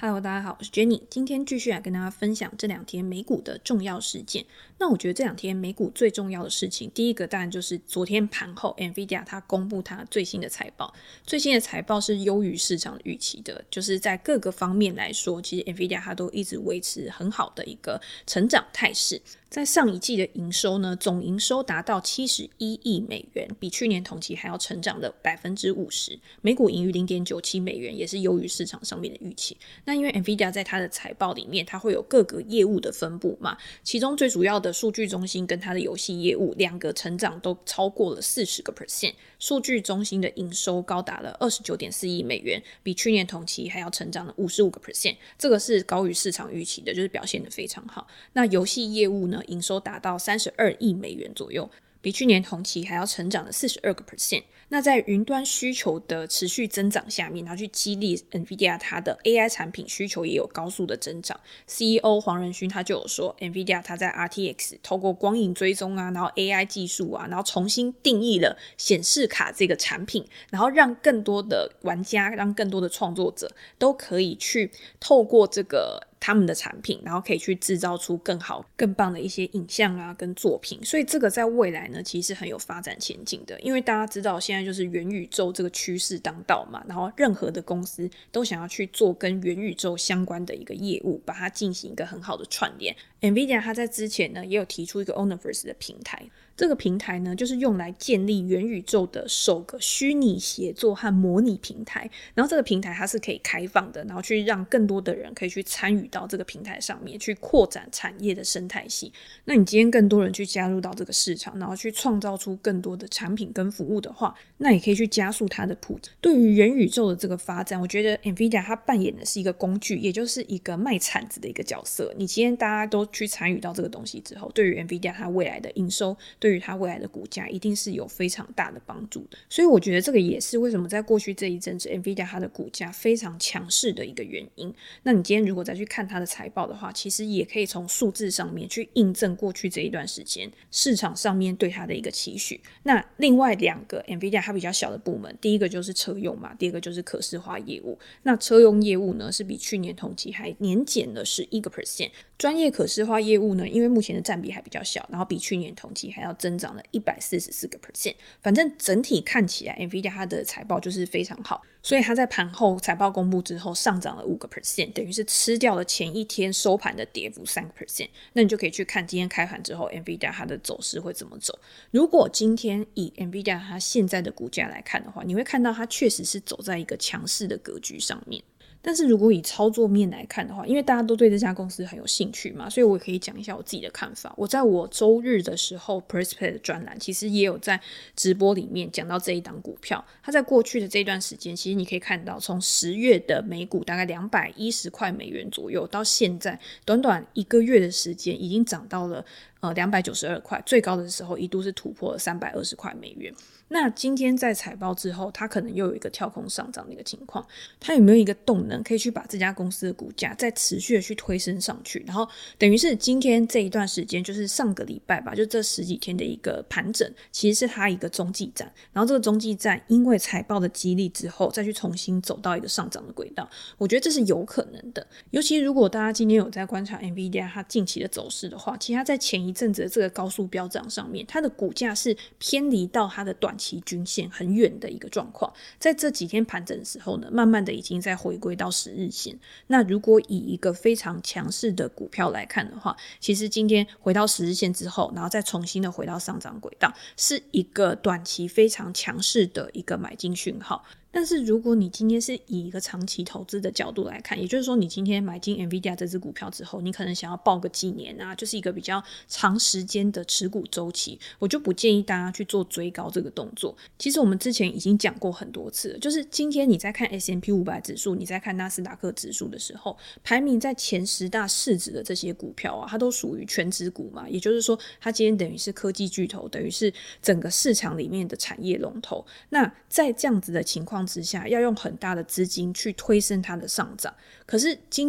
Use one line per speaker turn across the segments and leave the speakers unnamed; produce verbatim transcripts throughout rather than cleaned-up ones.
Hello， 大家好，我是 Jenny， 今天继续来跟大家分享这两天美股的重要事件。那我觉得这两天美股最重要的事情，第一个当然就是昨天盘后 Nvidia 它公布它最新的财报，最新的财报是优于市场预期的，就是在各个方面来说，其实 Nvidia 它都一直维持很好的一个成长态势。在上一季的营收呢，总营收达到七十一亿美元，比去年同期还要成长了 百分之五十， 每股盈余 零点九七美元，也是优于市场上面的预期。那因为 Nvidia 在它的财报里面，它会有各个业务的分布嘛，其中最主要的数据中心跟它的游戏业务两个成长都超过了 百分之四十， 数据中心的营收高达了 二十九点四亿美元，比去年同期还要成长了 百分之五十五， 这个是高于市场预期的，就是表现得非常好。那游戏业务呢，营收达到三十二亿美元左右，比去年同期还要成长了 百分之四十二。 那在云端需求的持续增长下面，然后去激励 Nvidia 它的 A I 产品需求也有高速的增长。 C E O 黄仁勋他就有说 Nvidia 它在 R T X 透过光影追踪啊，然后 A I 技术啊，然后重新定义了显示卡这个产品，然后让更多的玩家，让更多的创作者都可以去透过这个他们的产品，然后可以去制造出更好更棒的一些影像啊跟作品。所以这个在未来呢其实很有发展前景的，因为大家知道现在就是元宇宙这个趋势当道嘛，然后任何的公司都想要去做跟元宇宙相关的一个业务，把它进行一个很好的串联。 Nvidia 它在之前呢也有提出一个 Omniverse 的平台，这个平台呢就是用来建立元宇宙的首个虚拟协作和模拟平台，然后这个平台它是可以开放的，然后去让更多的人可以去参与到这个平台上面，去扩展产业的生态系。那你今天更多人去加入到这个市场，然后去创造出更多的产品跟服务的话，那也可以去加速它的普及。对于元宇宙的这个发展，我觉得 Nvidia 它扮演的是一个工具，也就是一个卖铲子的一个角色。你今天大家都去参与到这个东西之后，对于 Nvidia 它未来的营收，对于它未来的股价一定是有非常大的帮助的。所以我觉得这个也是为什么在过去这一阵子 Nvidia 它的股价非常强势的一个原因。那你今天如果再去看它的财报的话，其实也可以从数字上面去印证过去这一段时间市场上面对它的一个期许。那另外两个 Nvidia 它比较小的部门，第一个就是车用嘛，第二个就是可视化业务。那车用业务呢是比去年同期还年减了 百分之十一， 专业可视化业务呢因为目前的占比还比较小，然后比去年同期还要增长了 百分之一百四十四。 反正整体看起来 Nvidia 它的财报就是非常好，所以它在盘后财报公布之后上涨了 百分之五， 等于是吃掉了前一天收盘的跌幅 百分之三。 那你就可以去看今天开盘之后 Nvidia 它的走势会怎么走。如果今天以 Nvidia 它现在的股价来看的话，你会看到它确实是走在一个强势的格局上面。但是如果以操作面来看的话，因为大家都对这家公司很有兴趣嘛，所以我也可以讲一下我自己的看法。我在我周日的时候 PressPlay 的专栏其实也有在直播里面讲到这一档股票。它在过去的这段时间，其实你可以看到从十月的每股大概两百一十块美元左右，到现在短短一个月的时间已经涨到了呃两百九十二块，最高的时候一度是突破了三百二十块美元。那今天在财报之后，它可能又有一个跳空上涨的一个情况，它有没有一个动能可以去把这家公司的股价再持续的去推升上去，然后等于是今天这一段时间，就是上个礼拜吧，就这十几天的一个盘整，其实是它一个中继站，然后这个中继站因为财报的激励之后再去重新走到一个上涨的轨道，我觉得这是有可能的。尤其如果大家今天有在观察 Nvidia 它近期的走势的话，其实它在前一阵子的这个高速飙涨上面，它的股价是偏离到它的短期均线很远的一个状况，在这几天盘整的时候呢，慢慢的已经在回归到十日线。那如果以一个非常强势的股票来看的话，其实今天回到十日线之后，然后再重新的回到上涨轨道，是一个短期非常强势的一个买进讯号。但是如果你今天是以一个长期投资的角度来看，也就是说你今天买进 Nvidia 这支股票之后，你可能想要抱个几年啊，就是一个比较长时间的持股周期，我就不建议大家去做追高这个动作。其实我们之前已经讲过很多次了，就是今天你在看 S and P 五百 指数，你在看纳斯达克指数的时候，排名在前十大市值的这些股票啊，它都属于全指股嘛，也就是说它今天等于是科技巨头，等于是整个市场里面的产业龙头。那在这样子的情况之下，要用很大的资金去推升它的上涨。可是今天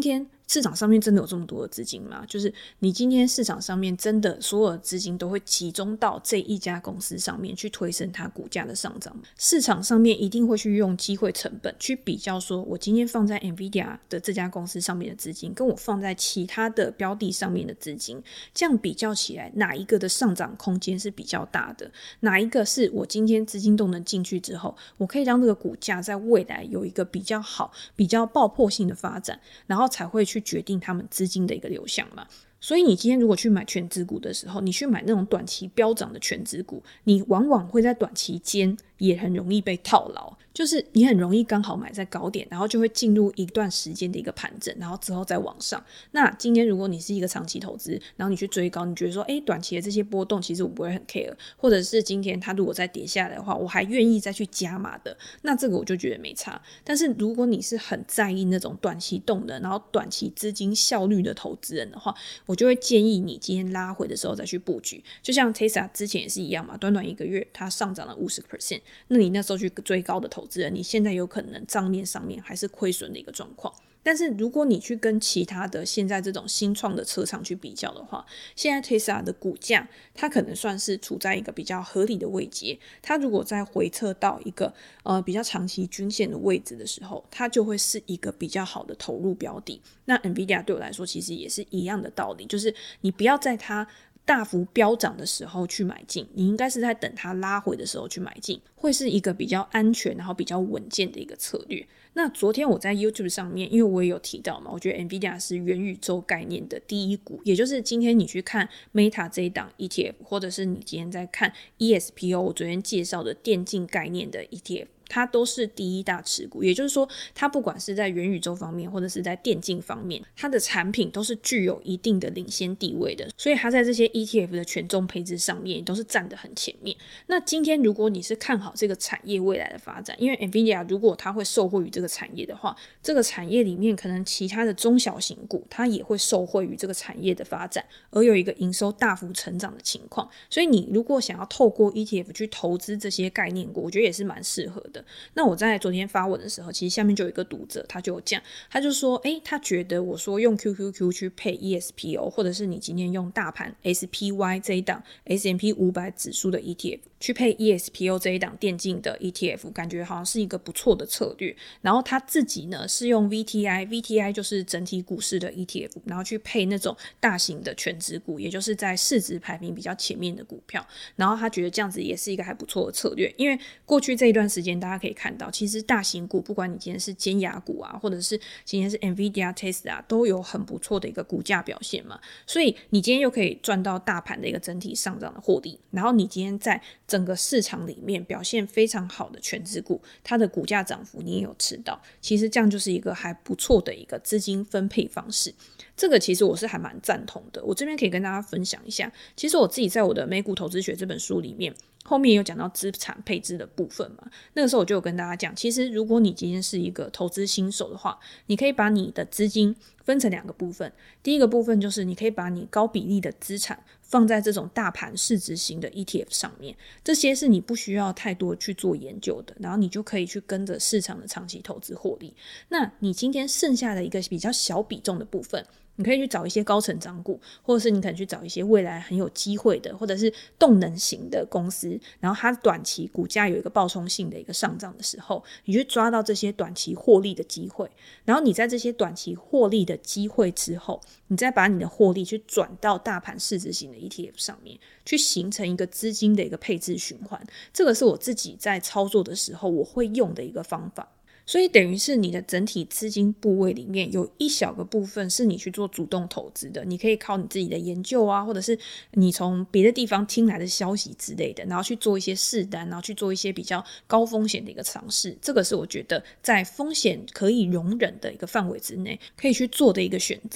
市场上面真的有这么多的资金吗？就是你今天市场上面真的所有的资金都会集中到这一家公司上面去推升它股价的上涨吗？市场上面一定会去用机会成本去比较，说我今天放在 Nvidia 的这家公司上面的资金跟我放在其他的标的上面的资金，这样比较起来哪一个的上涨空间是比较大的，哪一个是我今天资金动能进去之后，我可以让这个股价在未来有一个比较好比较爆破性的发展，然后才会去决定他们资金的一个流向嘛。所以你今天如果去买全指股的时候，你去买那种短期飙涨的全指股，你往往会在短期间也很容易被套牢，就是你很容易刚好买在高点，然后就会进入一段时间的一个盘整，然后之后再往上。那今天如果你是一个长期投资，然后你去追高，你觉得说诶短期的这些波动其实我不会很 care， 或者是今天它如果再跌下来的话我还愿意再去加码的，那这个我就觉得没差。但是如果你是很在意那种短期动能然后短期资金效率的投资人的话，我就会建议你今天拉回的时候再去布局。就像 Tesla 之前也是一样嘛，短短一个月它上涨了 百分之五十， 那你那时候去追高的投资人，你现在有可能账面上面还是亏损的一个状况。但是如果你去跟其他的现在这种新创的车厂去比较的话，现在 Tesla 的股价它可能算是处在一个比较合理的位阶，它如果再回测到一个呃比较长期均线的位置的时候，它就会是一个比较好的投入标的。那 Nvidia 对我来说其实也是一样的道理，就是你不要在它大幅飙涨的时候去买进，你应该是在等它拉回的时候去买进，会是一个比较安全然后比较稳健的一个策略。那昨天我在 YouTube 上面，因为我也有提到嘛，我觉得 Nvidia 是元宇宙概念的第一股，也就是今天你去看 Meta 这一档 E T F， 或者是你今天在看 E S P O 我昨天介绍的电竞概念的 E T F，它都是第一大持股，也就是说它不管是在元宇宙方面或者是在电竞方面，它的产品都是具有一定的领先地位的，所以它在这些 E T F 的权重配置上面都是站得很前面。那今天如果你是看好这个产业未来的发展，因为 Nvidia 如果它会受惠于这个产业的话，这个产业里面可能其他的中小型股它也会受惠于这个产业的发展，而有一个营收大幅成长的情况。所以你如果想要透过 E T F 去投资这些概念股，我觉得也是蛮适合的。那我在昨天发文的时候，其实下面就有一个读者他就有讲，他就说诶他觉得我说用 Q Q Q 去配 E S P O， 或者是你今天用大盘 S P Y 这一档 S and P 五百 指数的 E T F 去配 E S P O 这一档电竞的 E T F， 感觉好像是一个不错的策略。然后他自己呢是用 V T I， V T I 就是整体股市的 E T F， 然后去配那种大型的全指股，也就是在市值排名比较前面的股票，然后他觉得这样子也是一个还不错的策略。因为过去这一段时间大家可以看到，其实大型股不管你今天是尖牙股啊，或者是今天是 Nvidia Tesla 都有很不错的一个股价表现嘛，所以你今天又可以赚到大盘的一个整体上涨的获利，然后你今天在整个市场里面表现非常好的全指股，它的股价涨幅你也有吃到，其实这样就是一个还不错的一个资金分配方式。这个其实我是还蛮赞同的，我这边可以跟大家分享一下。其实我自己在我的美股投资学这本书里面后面有讲到资产配置的部分嘛，那个时候我就有跟大家讲，其实如果你今天是一个投资新手的话，你可以把你的资金分成两个部分。第一个部分就是你可以把你高比例的资产放在这种大盘市值型的 E T F 上面，这些是你不需要太多去做研究的，然后你就可以去跟着市场的长期投资获利。那你今天剩下的一个比较小比重的部分，你可以去找一些高成长股，或者是你可能去找一些未来很有机会的，或者是动能型的公司，然后它短期股价有一个暴冲性的一个上涨的时候，你去抓到这些短期获利的机会，然后你在这些短期获利的机会之后，你再把你的获利去转到大盘市值型的 E T F 上面，去形成一个资金的一个配置循环。这个是我自己在操作的时候我会用的一个方法。所以等于是你的整体资金部位里面有一小个部分是你去做主动投资的，你可以靠你自己的研究啊，或者是你从别的地方听来的消息之类的，然后去做一些试单，然后去做一些比较高风险的一个尝试。这个是我觉得在风险可以容忍的一个范围之内可以去做的一个选择。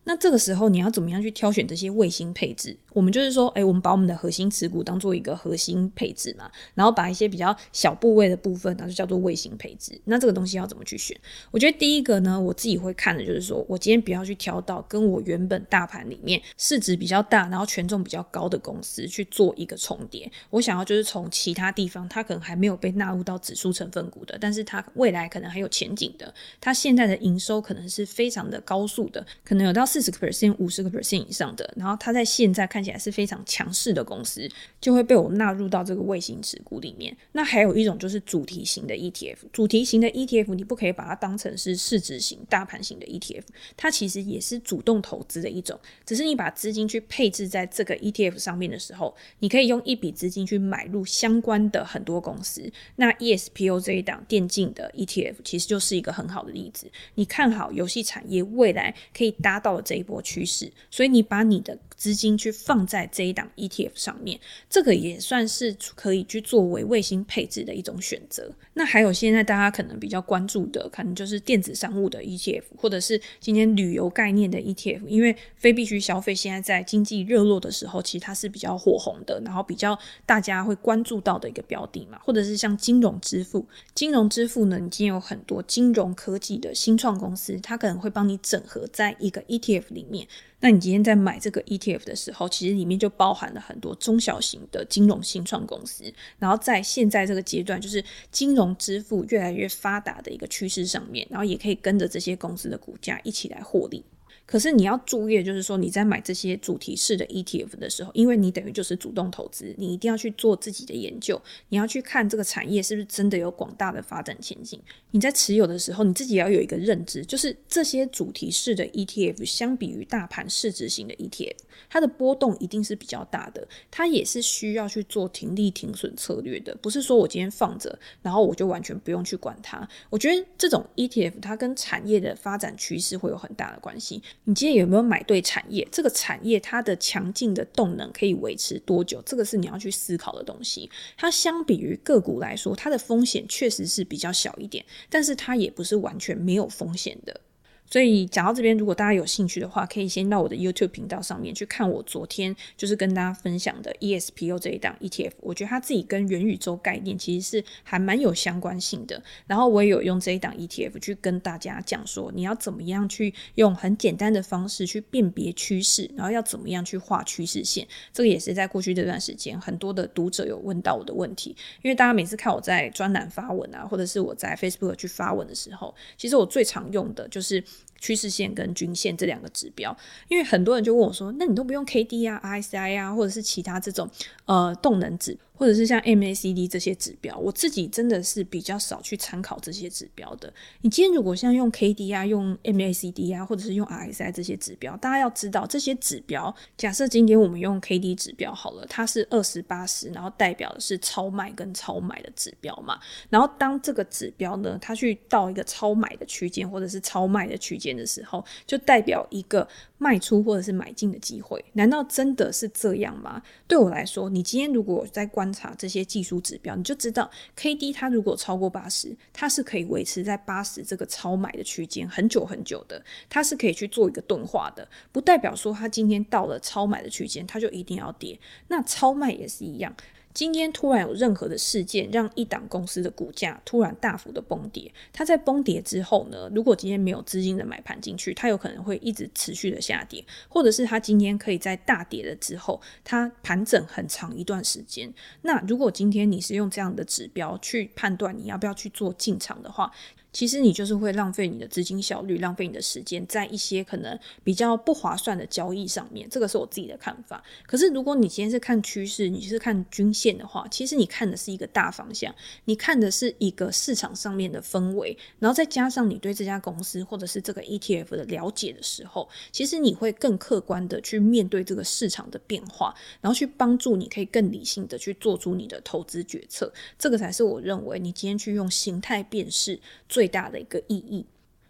那这个时候你要怎么样去挑选这些卫星配置？我们就是说，诶，我们把我们的核心持股当做一个核心配置嘛，然后把一些比较小部位的部分，然后就叫做卫星配置。那这个东西要怎么去选？我觉得第一个呢，我自己会看的就是说，我今天不要去挑到跟我原本大盘里面市值比较大，然后权重比较高的公司去做一个重叠。我想要就是从其他地方，它可能还没有被纳入到指数成分股的，但是它未来可能还有前景的，它现在的营收可能是非常的高速的，可能有到百分之四十 百分之五十 以上的，然后它在现在看起来是非常强势的公司，就会被我纳入到这个卫星持股里面。那还有一种就是主题型的 E T F， 主题型的 E T F 你不可以把它当成是市值型大盘型的 E T F， 它其实也是主动投资的一种，只是你把资金去配置在这个 E T F 上面的时候，你可以用一笔资金去买入相关的很多公司。那 E S P O 这一档电竞的 E T F 其实就是一个很好的例子，你看好游戏产业未来可以达到这一波趋势，所以你把你的资金去放在这一档 E T F 上面，这个也算是可以去作为卫星配置的一种选择。那还有现在大家可能比较关注的，可能就是电子商务的 E T F， 或者是今天旅游概念的 E T F， 因为非必需消费现在在经济热络的时候，其实它是比较火红的，然后比较大家会关注到的一个标的嘛。或者是像金融支付，金融支付呢，你今天有很多金融科技的新创公司，它可能会帮你整合在一个 E T F 里面。那你今天在买这个 E T F 的时候，其实里面就包含了很多中小型的金融新创公司，然后在现在这个阶段，就是金融支付越来越发达的一个趋势上面，然后也可以跟着这些公司的股价一起来获利。可是你要注意的就是说，你在买这些主题式的 E T F 的时候，因为你等于就是主动投资，你一定要去做自己的研究，你要去看这个产业是不是真的有广大的发展前景。你在持有的时候，你自己也要有一个认知，就是这些主题式的 E T F 相比于大盘市值型的 E T F， 它的波动一定是比较大的，它也是需要去做停利停损策略的，不是说我今天放着，然后我就完全不用去管它。我觉得这种 E T F 它跟产业的发展趋势会有很大的关系。你今天有没有买对产业？这个产业它的强劲的动能可以维持多久？这个是你要去思考的东西。它相比于个股来说，它的风险确实是比较小一点，但是它也不是完全没有风险的。所以讲到这边，如果大家有兴趣的话，可以先到我的 YouTube 频道上面去看我昨天就是跟大家分享的 E S P O 这一档 E T F， 我觉得它自己跟元宇宙概念其实是还蛮有相关性的。然后我也有用这一档 E T F 去跟大家讲说，你要怎么样去用很简单的方式去辨别趋势，然后要怎么样去画趋势线。这个也是在过去这段时间很多的读者有问到我的问题，因为大家每次看我在专栏发文啊，或者是我在 Facebook 去发文的时候，其实我最常用的就是趋势线跟均线这两个指标。因为很多人就问我说，那你都不用 K D 啊 R S I 啊，或者是其他这种呃动能指，或者是像 M A C D 这些指标，我自己真的是比较少去参考这些指标的。你今天如果像用 K D 啊，用 M A C D 啊，或者是用 R S I 这些指标，大家要知道这些指标，假设今天我们用 K D 指标好了，它是二十八十，然后代表的是超卖跟超买的指标嘛。然后当这个指标呢，它去到一个超买的区间或者是超卖的区间的时候，就代表一个卖出或者是买进的机会。难道真的是这样吗？对我来说，你今天如果在观察这些技术指标，你就知道 K D 它如果超过八十，它是可以维持在八十这个超买的区间很久很久的，它是可以去做一个钝化的，不代表说它今天到了超买的区间它就一定要跌。那超卖也是一样，今天突然有任何的事件让一档公司的股价突然大幅的崩跌，它在崩跌之后呢，如果今天没有资金的买盘进去，它有可能会一直持续的下跌，或者是它今天可以在大跌了之后它盘整很长一段时间。那如果今天你是用这样的指标去判断你要不要去做进场的话，其实你就是会浪费你的资金效率，浪费你的时间在一些可能比较不划算的交易上面，这个是我自己的看法。可是如果你今天是看趋势，你是看均线的话，其实你看的是一个大方向，你看的是一个市场上面的氛围，然后再加上你对这家公司或者是这个 E T F 的了解的时候，其实你会更客观的去面对这个市场的变化，然后去帮助你可以更理性的去做出你的投资决策。这个才是我认为你今天去用形态辨识最大的一个意义。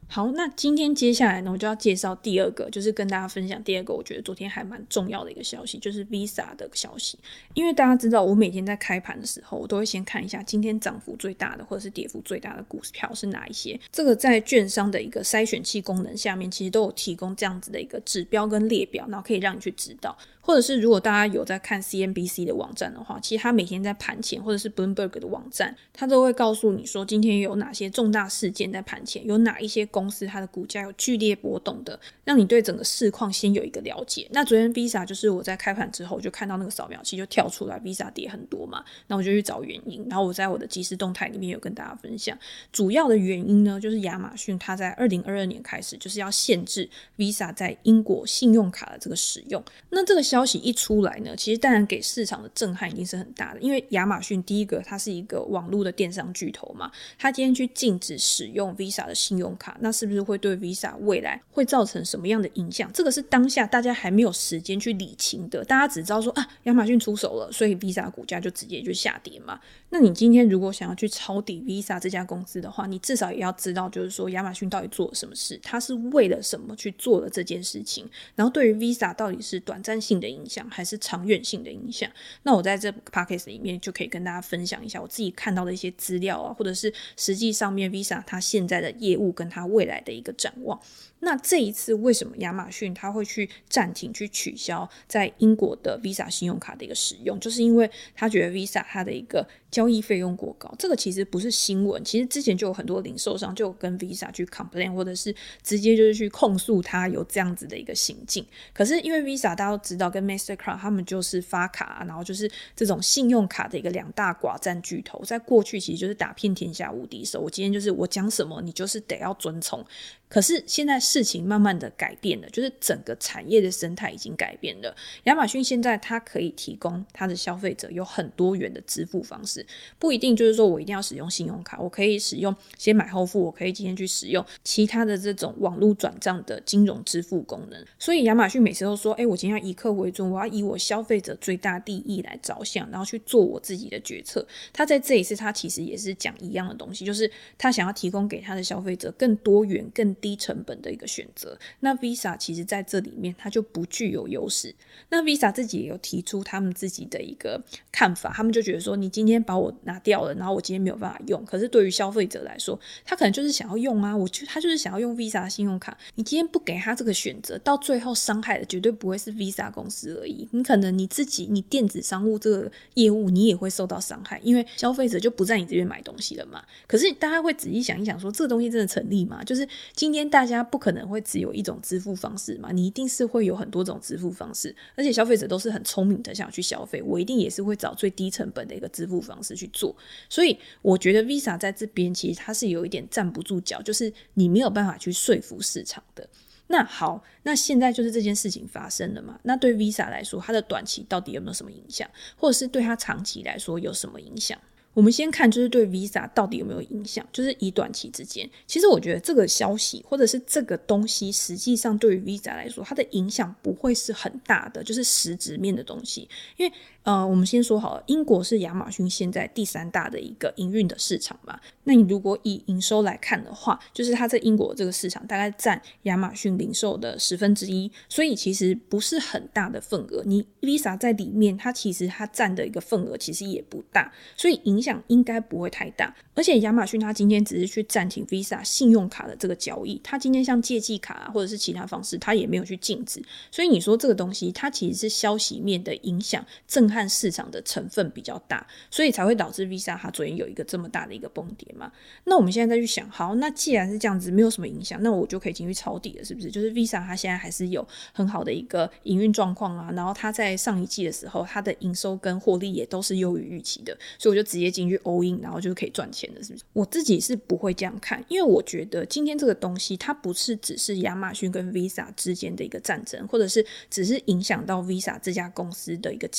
好，那今天接下来呢，我就要介绍第二个，就是跟大家分享第二个我觉得昨天还蛮重要的一个消息，就是 Visa 的消息。因为大家知道我每天在开盘的时候，我都会先看一下今天涨幅最大的或者是跌幅最大的股票是哪一些，这个在券商的一个筛选器功能下面其实都有提供这样子的一个指标跟列表，然后可以让你去知道。或者是如果大家有在看 C N B C 的网站的话，其实他每天在盘前，或者是 Bloomberg 的网站，他都会告诉你说今天有哪些重大事件在盘前，有哪一些公司它的股价有剧烈波动的，让你对整个市况先有一个了解。那昨天 Visa 就是我在开盘之后就看到那个扫描器就跳出来 Visa 跌很多嘛，那我就去找原因，然后我在我的即时动态里面有跟大家分享，主要的原因呢就是亚马逊它在二零二二年开始就是要限制 Visa 在英国信用卡的这个使用。那这个消息一出来呢，其实当然给市场的震撼一定是很大的，因为亚马逊第一个它是一个网络的电商巨头嘛，它今天去禁止使用 Visa 的信用卡，那是不是会对 Visa 未来会造成什么样的影响？这个是当下大家还没有时间去理清的，大家只知道说啊，亚马逊出手了，所以 Visa 股价就直接就下跌嘛。那你今天如果想要去抄底 Visa 这家公司的话，你至少也要知道就是说亚马逊到底做了什么事，它是为了什么去做了这件事情，然后对于 Visa 到底是短暂性的影响还是长远性的影响。那我在这 podcast 里面就可以跟大家分享一下我自己看到的一些资料啊，或者是实际上面 Visa 它现在的业务跟它未来的一个展望。那这一次为什么亚马逊它会去暂停去取消在英国的 Visa 信用卡的一个使用，就是因为他觉得 Visa 它的一个交易费用过高。这个其实不是新闻，其实之前就有很多零售商就有跟 Visa 去 complain， 或者是直接就是去控诉他有这样子的一个行径。可是因为 Visa 大家都知道跟 Mastercard 他们就是发卡，然后就是这种信用卡的一个两大寡占巨头，在过去其实就是打遍天下无敌手，我今天就是我讲什么你就是得要遵从。可是现在事情慢慢的改变了，就是整个产业的生态已经改变了。亚马逊现在它可以提供它的消费者有很多元的支付方式，不一定就是说我一定要使用信用卡，我可以使用先买后付，我可以今天去使用其他的这种网络转账的金融支付功能。所以亚马逊每次都说诶我今天要以客为尊，我要以我消费者最大利益来着想，然后去做我自己的决策。他在这一次他其实也是讲一样的东西，就是他想要提供给他的消费者更多元更低成本的一个选择。那 Visa 其实在这里面它就不具有优势。那 Visa 自己也有提出他们自己的一个看法，他们就觉得说你今天把我拿掉了，然后我今天没有办法用，可是对于消费者来说他可能就是想要用啊，我觉得他就是想要用 Visa 的信用卡，你今天不给他这个选择，到最后伤害的绝对不会是 Visa 公司而已，你可能你自己你电子商务这个业务你也会受到伤害，因为消费者就不在你这边买东西了嘛。可是大家会仔细想一想说这个东西真的成立吗？就是今天大家不可能会只有一种支付方式嘛，你一定是会有很多种支付方式，而且消费者都是很聪明的想要去消费，我一定也是会找最低成本的一个支付方式去做。所以我觉得 Visa 在这边其实它是有一点站不住脚，就是你没有办法去说服市场的。那好，那现在就是这件事情发生了嘛，那对 Visa 来说它的短期到底有没有什么影响，或者是对它长期来说有什么影响？我们先看就是对 Visa 到底有没有影响，就是以短期之间，其实我觉得这个消息或者是这个东西实际上对于 Visa 来说它的影响不会是很大的，就是实质面的东西。因为呃，我们先说好了，英国是亚马逊现在第三大的一个营运的市场嘛，那你如果以营收来看的话，就是它在英国这个市场大概占亚马逊零售的十分之一，所以其实不是很大的份额，你 Visa 在里面它其实它占的一个份额其实也不大，所以影响应该不会太大。而且亚马逊它今天只是去暂停 Visa 信用卡的这个交易，它今天像借记卡、啊、或者是其他方式它也没有去禁止，所以你说这个东西它其实是消息面的影响震撼市场的成分比较大，所以才会导致 Visa 它昨天有一个这么大的一个崩跌嘛。那我们现在再去想，好，那既然是这样子没有什么影响，那我就可以进去抄底了，是不是？就是 Visa 它现在还是有很好的一个营运状况啊，然后它在上一季的时候它的营收跟获利也都是优于预期的，所以我就直接进去 all in， 然后就可以赚钱的，是不是？我自己是不会这样看，因为我觉得今天这个东西它不是只是亚马逊跟 Visa 之间的一个战争，或者是只是影响到 Visa 这家公司的一个基本面，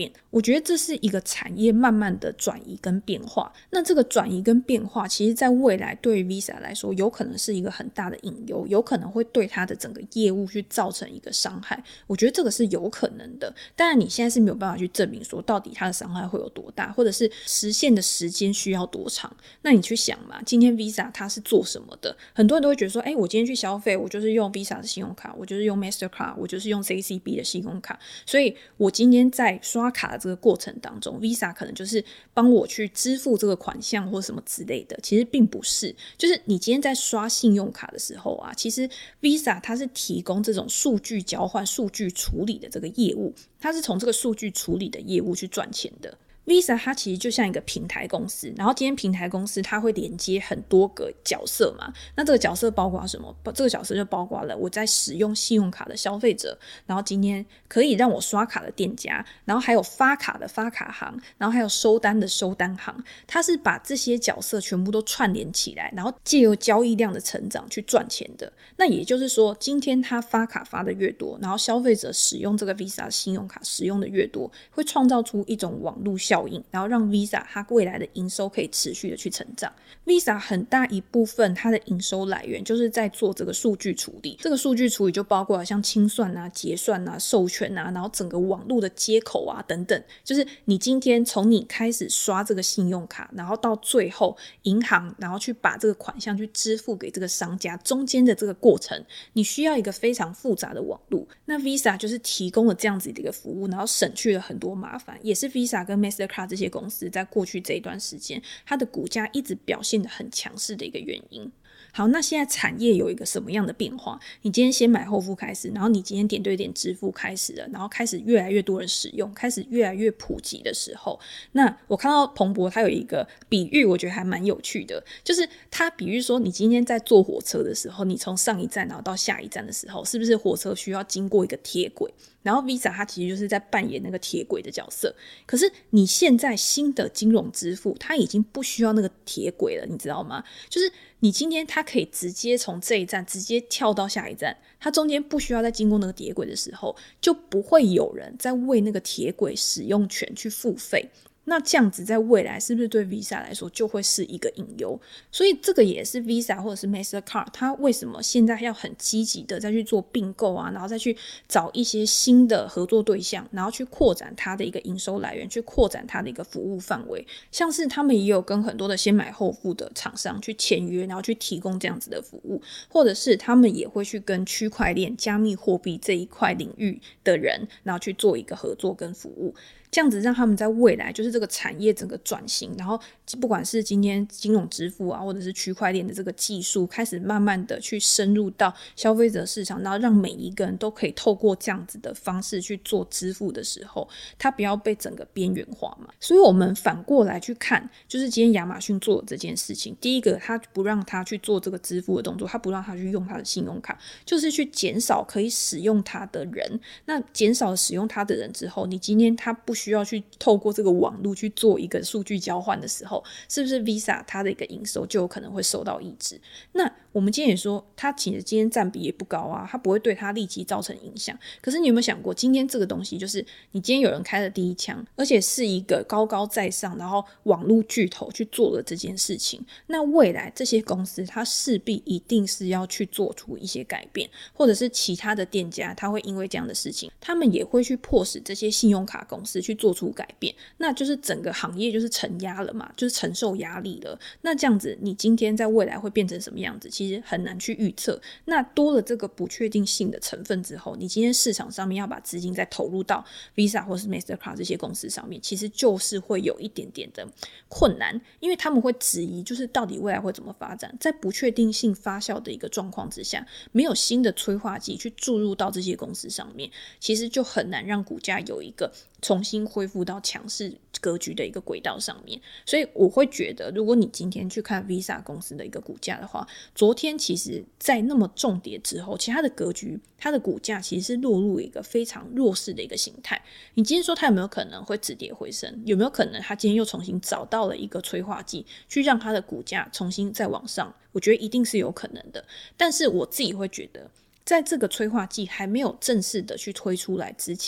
面。我觉得这是一个产业慢慢的转移跟变化，那这个转移跟变化其实在未来对于 Visa 来说有可能是一个很大的隐忧，有可能会对它的整个业务去造成一个伤害，我觉得这个是有可能的。当然你现在是没有办法去证明说到底它的伤害会有多大，或者是实现的时间需要多长。那你去想嘛，今天 Visa 它是做什么的？很多人都会觉得说，哎，我今天去消费，我就是用 Visa 的信用卡，我就是用 Mastercard， 我就是用 C C B 的信用卡，所以我今天在刷卡的这个过程当中 Visa 可能就是帮我去支付这个款项或什么之类的，其实并不是。就是你今天在刷信用卡的时候啊，其实 Visa 它是提供这种数据交换、数据处理的这个业务，它是从这个数据处理的业务去赚钱的。Visa 它其实就像一个平台公司，然后今天平台公司它会连接很多个角色嘛，那这个角色包括什么？这个角色就包括了我在使用信用卡的消费者，然后今天可以让我刷卡的店家，然后还有发卡的发卡行，然后还有收单的收单行，它是把这些角色全部都串联起来，然后借由交易量的成长去赚钱的。那也就是说，今天它发卡发的越多，然后消费者使用这个 Visa 信用卡使用的越多，会创造出一种网络效应，然后让 Visa 它未来的营收可以持续的去成长。 Visa 很大一部分它的营收来源就是在做这个数据处理，这个数据处理就包括像清算啊、结算啊、授权啊，然后整个网络的接口啊等等，就是你今天从你开始刷这个信用卡，然后到最后银行然后去把这个款项去支付给这个商家，中间的这个过程你需要一个非常复杂的网络。那 Visa 就是提供了这样子的一个服务，然后省去了很多麻烦，也是 Visa 跟 Mastercard 这些公司在过去这一段时间它的股价一直表现得很强势的一个原因。好，那现在产业有一个什么样的变化？你今天先买后付开始，然后你今天点对点支付开始了，然后开始越来越多人使用，开始越来越普及的时候，那我看到彭博他有一个比喻，我觉得还蛮有趣的，就是他比喻说你今天在坐火车的时候，你从上一站然后到下一站的时候，是不是火车需要经过一个铁轨？然后 Visa 它其实就是在扮演那个铁轨的角色，可是你现在新的金融支付它已经不需要那个铁轨了，你知道吗？就是你今天它可以直接从这一站直接跳到下一站，它中间不需要再经过那个铁轨的时候，就不会有人在为那个铁轨使用权去付费。那这样子在未来是不是对 Visa 来说就会是一个隐忧？所以这个也是 Visa 或者是 Mastercard 它为什么现在要很积极的再去做并购啊，然后再去找一些新的合作对象，然后去扩展它的一个营收来源，去扩展它的一个服务范围。像是他们也有跟很多的先买后付的厂商去签约，然后去提供这样子的服务，或者是他们也会去跟区块链加密货币这一块领域的人然后去做一个合作跟服务，这样子让他们在未来就是这个产业整个转型，然后不管是今天金融支付啊，或者是区块链的这个技术开始慢慢的去深入到消费者市场，然后让每一个人都可以透过这样子的方式去做支付的时候，它不要被整个边缘化嘛。所以我们反过来去看，就是今天亚马逊做的这件事情，第一个他不让他去做这个支付的动作，他不让他去用他的信用卡，就是去减少可以使用它的人。那减少使用它的人之后，你今天他不需要去透过这个网络去做一个数据交换的时候，是不是 Visa 它的一个营收就有可能会受到抑制？那我们今天也说它其实今天占比也不高啊，它不会对它立即造成影响。可是你有没有想过，今天这个东西就是你今天有人开了第一枪，而且是一个高高在上然后网络巨头去做了这件事情，那未来这些公司它势必一定是要去做出一些改变，或者是其他的店家他会因为这样的事情，他们也会去迫使这些信用卡公司去做出改变，那就是整个行业就是承压了嘛，就是承受压力了。那这样子你今天在未来会变成什么样子，其实很难去预测。那多了这个不确定性的成分之后，你今天市场上面要把资金再投入到 Visa 或是 Mastercard 这些公司上面，其实就是会有一点点的困难，因为他们会质疑就是到底未来会怎么发展。在不确定性发酵的一个状况之下，没有新的催化剂去注入到这些公司上面，其实就很难让股价有一个重新恢复到强势格局的一个轨道上面。所以我会觉得，如果你今天去看 Visa 公司的一个股价的话，昨天其实在那么重跌之后，其实它的格局，它的股价其实是落入一个非常弱势的一个形态。你今天说它有没有可能会止跌回升，有没有可能它今天又重新找到了一个催化剂去让它的股价重新再往上，我觉得一定是有可能的。但是我自己会觉得，在这个催化剂还没有正式的去推出来之前，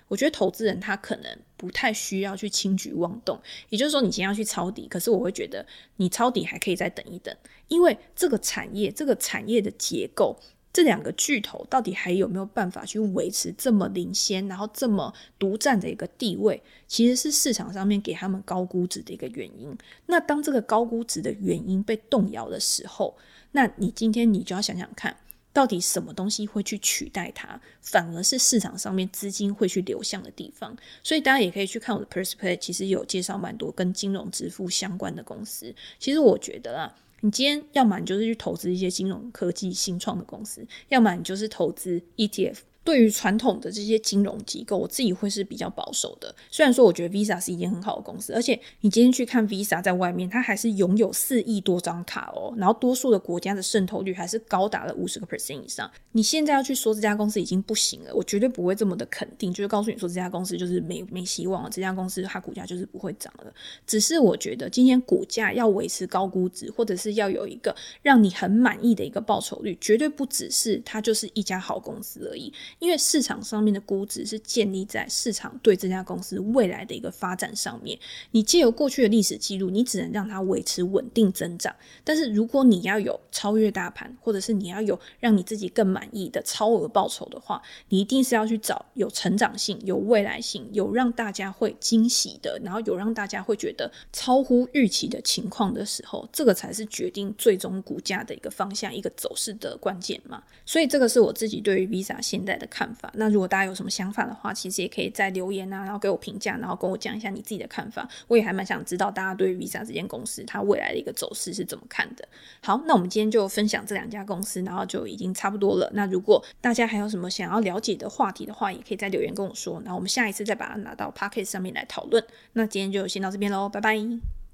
我觉得投资人他可能不太需要去轻举妄动，也就是说你今天要去抄底，可是我会觉得你抄底还可以再等一等，因为这个产业这个产业的结构，这两个巨头到底还有没有办法去维持这么领先然后这么独占的一个地位，其实是市场上面给他们高估值的一个原因。那当这个高估值的原因被动摇的时候，那你今天你就要想想看，到底什么东西会去取代它，反而是市场上面资金会去流向的地方。所以大家也可以去看我的 Perspective， 其实有介绍蛮多跟金融支付相关的公司。其实我觉得啦，你今天要么你就是去投资一些金融科技新创的公司，要么你就是投资 E T F。对于传统的这些金融机构，我自己会是比较保守的。虽然说我觉得 Visa 是一间很好的公司，而且你今天去看 Visa 在外面，它还是拥有四亿多张卡哦，然后多数的国家的渗透率还是高达了 百分之五十 以上。你现在要去说这家公司已经不行了，我绝对不会这么的肯定，就是告诉你说这家公司就是没没希望了，这家公司它股价就是不会涨了。只是我觉得今天股价要维持高估值，或者是要有一个让你很满意的一个报酬率，绝对不只是它就是一家好公司而已。因为市场上面的估值是建立在市场对这家公司未来的一个发展上面，你藉由过去的历史记录，你只能让它维持稳定增长，但是如果你要有超越大盘，或者是你要有让你自己更满意的超额报酬的话，你一定是要去找有成长性、有未来性、有让大家会惊喜的，然后有让大家会觉得超乎预期的情况的时候，这个才是决定最终股价的一个方向、一个走势的关键嘛。所以这个是我自己对于 Visa 现在的看法。那如果大家有什么想法的话，其实也可以在留言啊，然后给我评价，然后跟我讲一下你自己的看法。我也还蛮想知道大家对于 Visa 这间公司它未来的一个走势是怎么看的。好，那我们今天就分享这两家公司，然后就已经差不多了。那如果大家还有什么想要了解的话题的话，也可以在留言跟我说，然后我们下一次再把它拿到 Podcast 上面来讨论。那今天就先到这边咯，拜拜。